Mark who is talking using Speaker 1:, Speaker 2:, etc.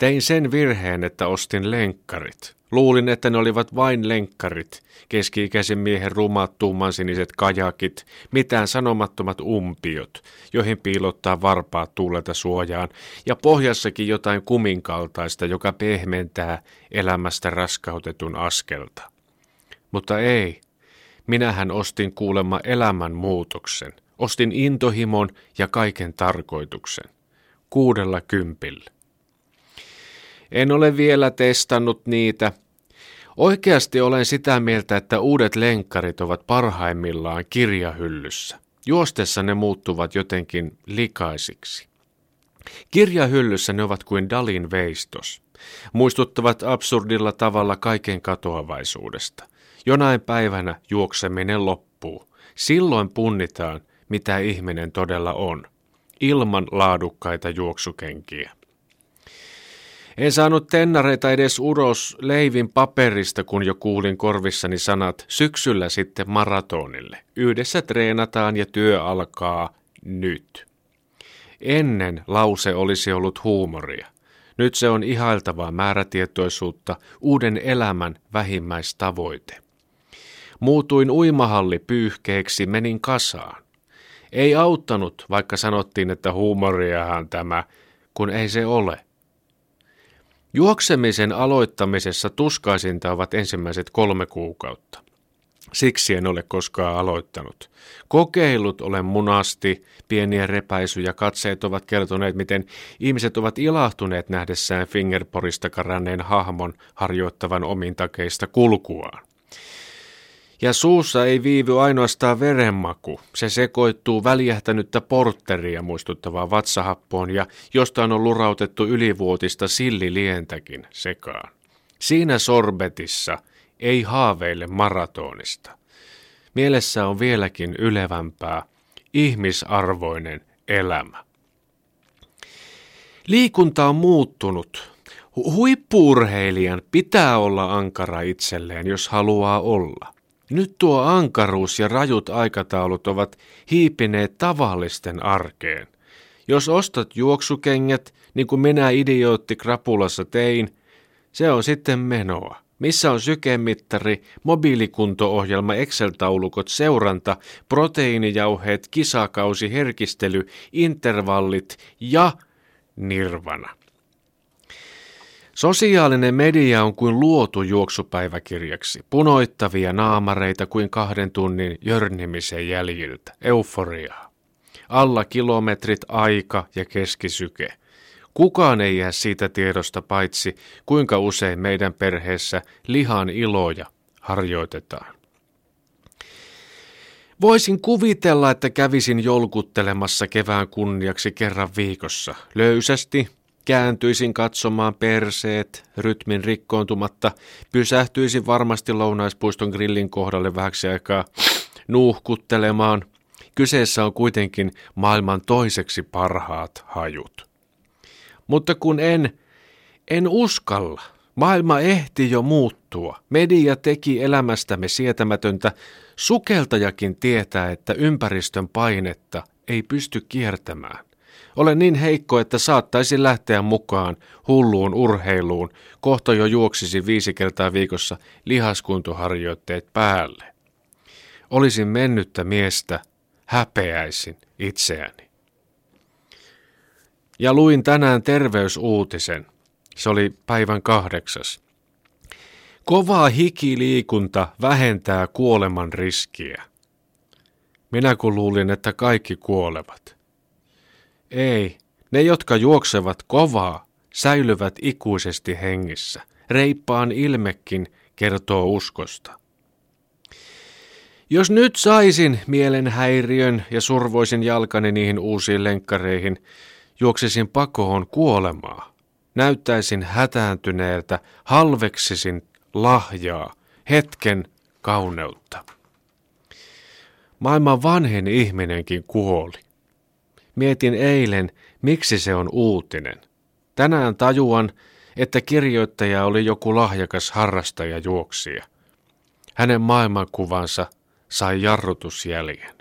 Speaker 1: Tein sen virheen, että ostin lenkkarit. Luulin, että ne olivat vain lenkkarit, keski-ikäisen miehen rumat tummansiniset kajakit, mitään sanomattomat umpiot, joihin piilottaa varpaat tuulelta suojaan, ja pohjassakin jotain kuminkaltaista, joka pehmentää elämästä raskautetun askelta. Mutta ei, minähän ostin kuulemma elämän muutoksen, ostin intohimon ja kaiken tarkoituksen, 60. En ole vielä testannut niitä. Oikeasti olen sitä mieltä, että uudet lenkkarit ovat parhaimmillaan kirjahyllyssä. Juostessa ne muuttuvat jotenkin likaisiksi. Kirjahyllyssä ne ovat kuin Dalin veistos. Muistuttavat absurdilla tavalla kaiken katoavaisuudesta. Jonain päivänä juokseminen loppuu. Silloin punnitaan, mitä ihminen todella on, ilman laadukkaita juoksukenkiä. En saanut tennareita edes ulos leivin paperista, kun jo kuulin korvissani sanat syksyllä sitten maratonille. Yhdessä treenataan ja työ alkaa nyt. Ennen lause olisi ollut huumoria. Nyt se on ihailtavaa määrätietoisuutta, uuden elämän vähimmäistavoite. Muutuin uimahallipyyhkeeksi, menin kasaan. Ei auttanut, vaikka sanottiin, että huumoriahan tämä, kun ei se ole. Juoksemisen aloittamisessa tuskaisinta ovat ensimmäiset 3 kuukautta. Siksi en ole koskaan aloittanut. Kokeilut olen munasti, pieniä repäisyjä, katseet ovat kertoneet, miten ihmiset ovat ilahtuneet nähdessään Fingerporista karanneen hahmon harjoittavan omintakeista kulkuaan. Ja suussa ei viivy ainoastaan verenmaku, se sekoittuu väljähtänyttä portteria muistuttavaan vatsahappoon ja jostain on lurautettu ylivuotista sillilientäkin sekaan. Siinä sorbetissa ei haaveile maratonista. Mielessä on vieläkin ylevämpää, ihmisarvoinen elämä. Liikunta on muuttunut. Huippu-urheilijan pitää olla ankara itselleen, jos haluaa olla. Nyt tuo ankaruus ja rajut aikataulut ovat hiipineet tavallisten arkeen. Jos ostat juoksukengät, niin kuin minä idiootti krapulassa tein, se on sitten menoa. Missä on sykemittari, mobiilikunto-ohjelma, Excel-taulukot, seuranta, proteiinijauheet, kisakausi, herkistely, intervallit ja nirvana. Sosiaalinen media on kuin luotu juoksupäiväkirjaksi, punoittavia naamareita kuin 2 tunnin jörnimisen jäljiltä, euforiaa. Alla kilometrit, aika ja keskisyke. Kukaan ei jää siitä tiedosta paitsi, kuinka usein meidän perheessä lihan iloja harjoitetaan. Voisin kuvitella, että kävisin jolkuttelemassa kevään kunniaksi kerran viikossa, löysästi. Kääntyisin katsomaan perseet, rytmin rikkoontumatta, pysähtyisin varmasti Lounaispuiston grillin kohdalle vähäksi aikaa nuuhkuttelemaan. Kyseessä on kuitenkin maailman toiseksi parhaat hajut. Mutta kun en uskalla. Maailma ehti jo muuttua. Media teki elämästämme sietämätöntä. Sukeltajakin tietää, että ympäristön painetta ei pysty kiertämään. Olen niin heikko, että saattaisin lähteä mukaan hulluun urheiluun. Kohta jo juoksisi 5 kertaa viikossa lihaskuntoharjoitteet päälle. Olisin mennyttä miestä, häpeäisin itseäni. Ja luin tänään terveysuutisen. Se oli päivän 8. Kova hikiliikunta vähentää kuoleman riskiä. Minä kun luulin, että kaikki kuolevat. Ei, ne jotka juoksevat kovaa, säilyvät ikuisesti hengissä. Reippaan ilmekin kertoo uskosta. Jos nyt saisin mielenhäiriön ja survoisin jalkani niihin uusiin lenkkareihin, juoksisin pakoon kuolemaa. Näyttäisin hätääntyneeltä, halveksisin lahjaa, hetken kauneutta. Maailman vanhin ihminenkin kuoli. Mietin eilen, miksi se on uutinen. Tänään tajuan, että kirjoittaja oli joku lahjakas harrastajajuoksija. Hänen maailmankuvansa sai jarrutusjäljen.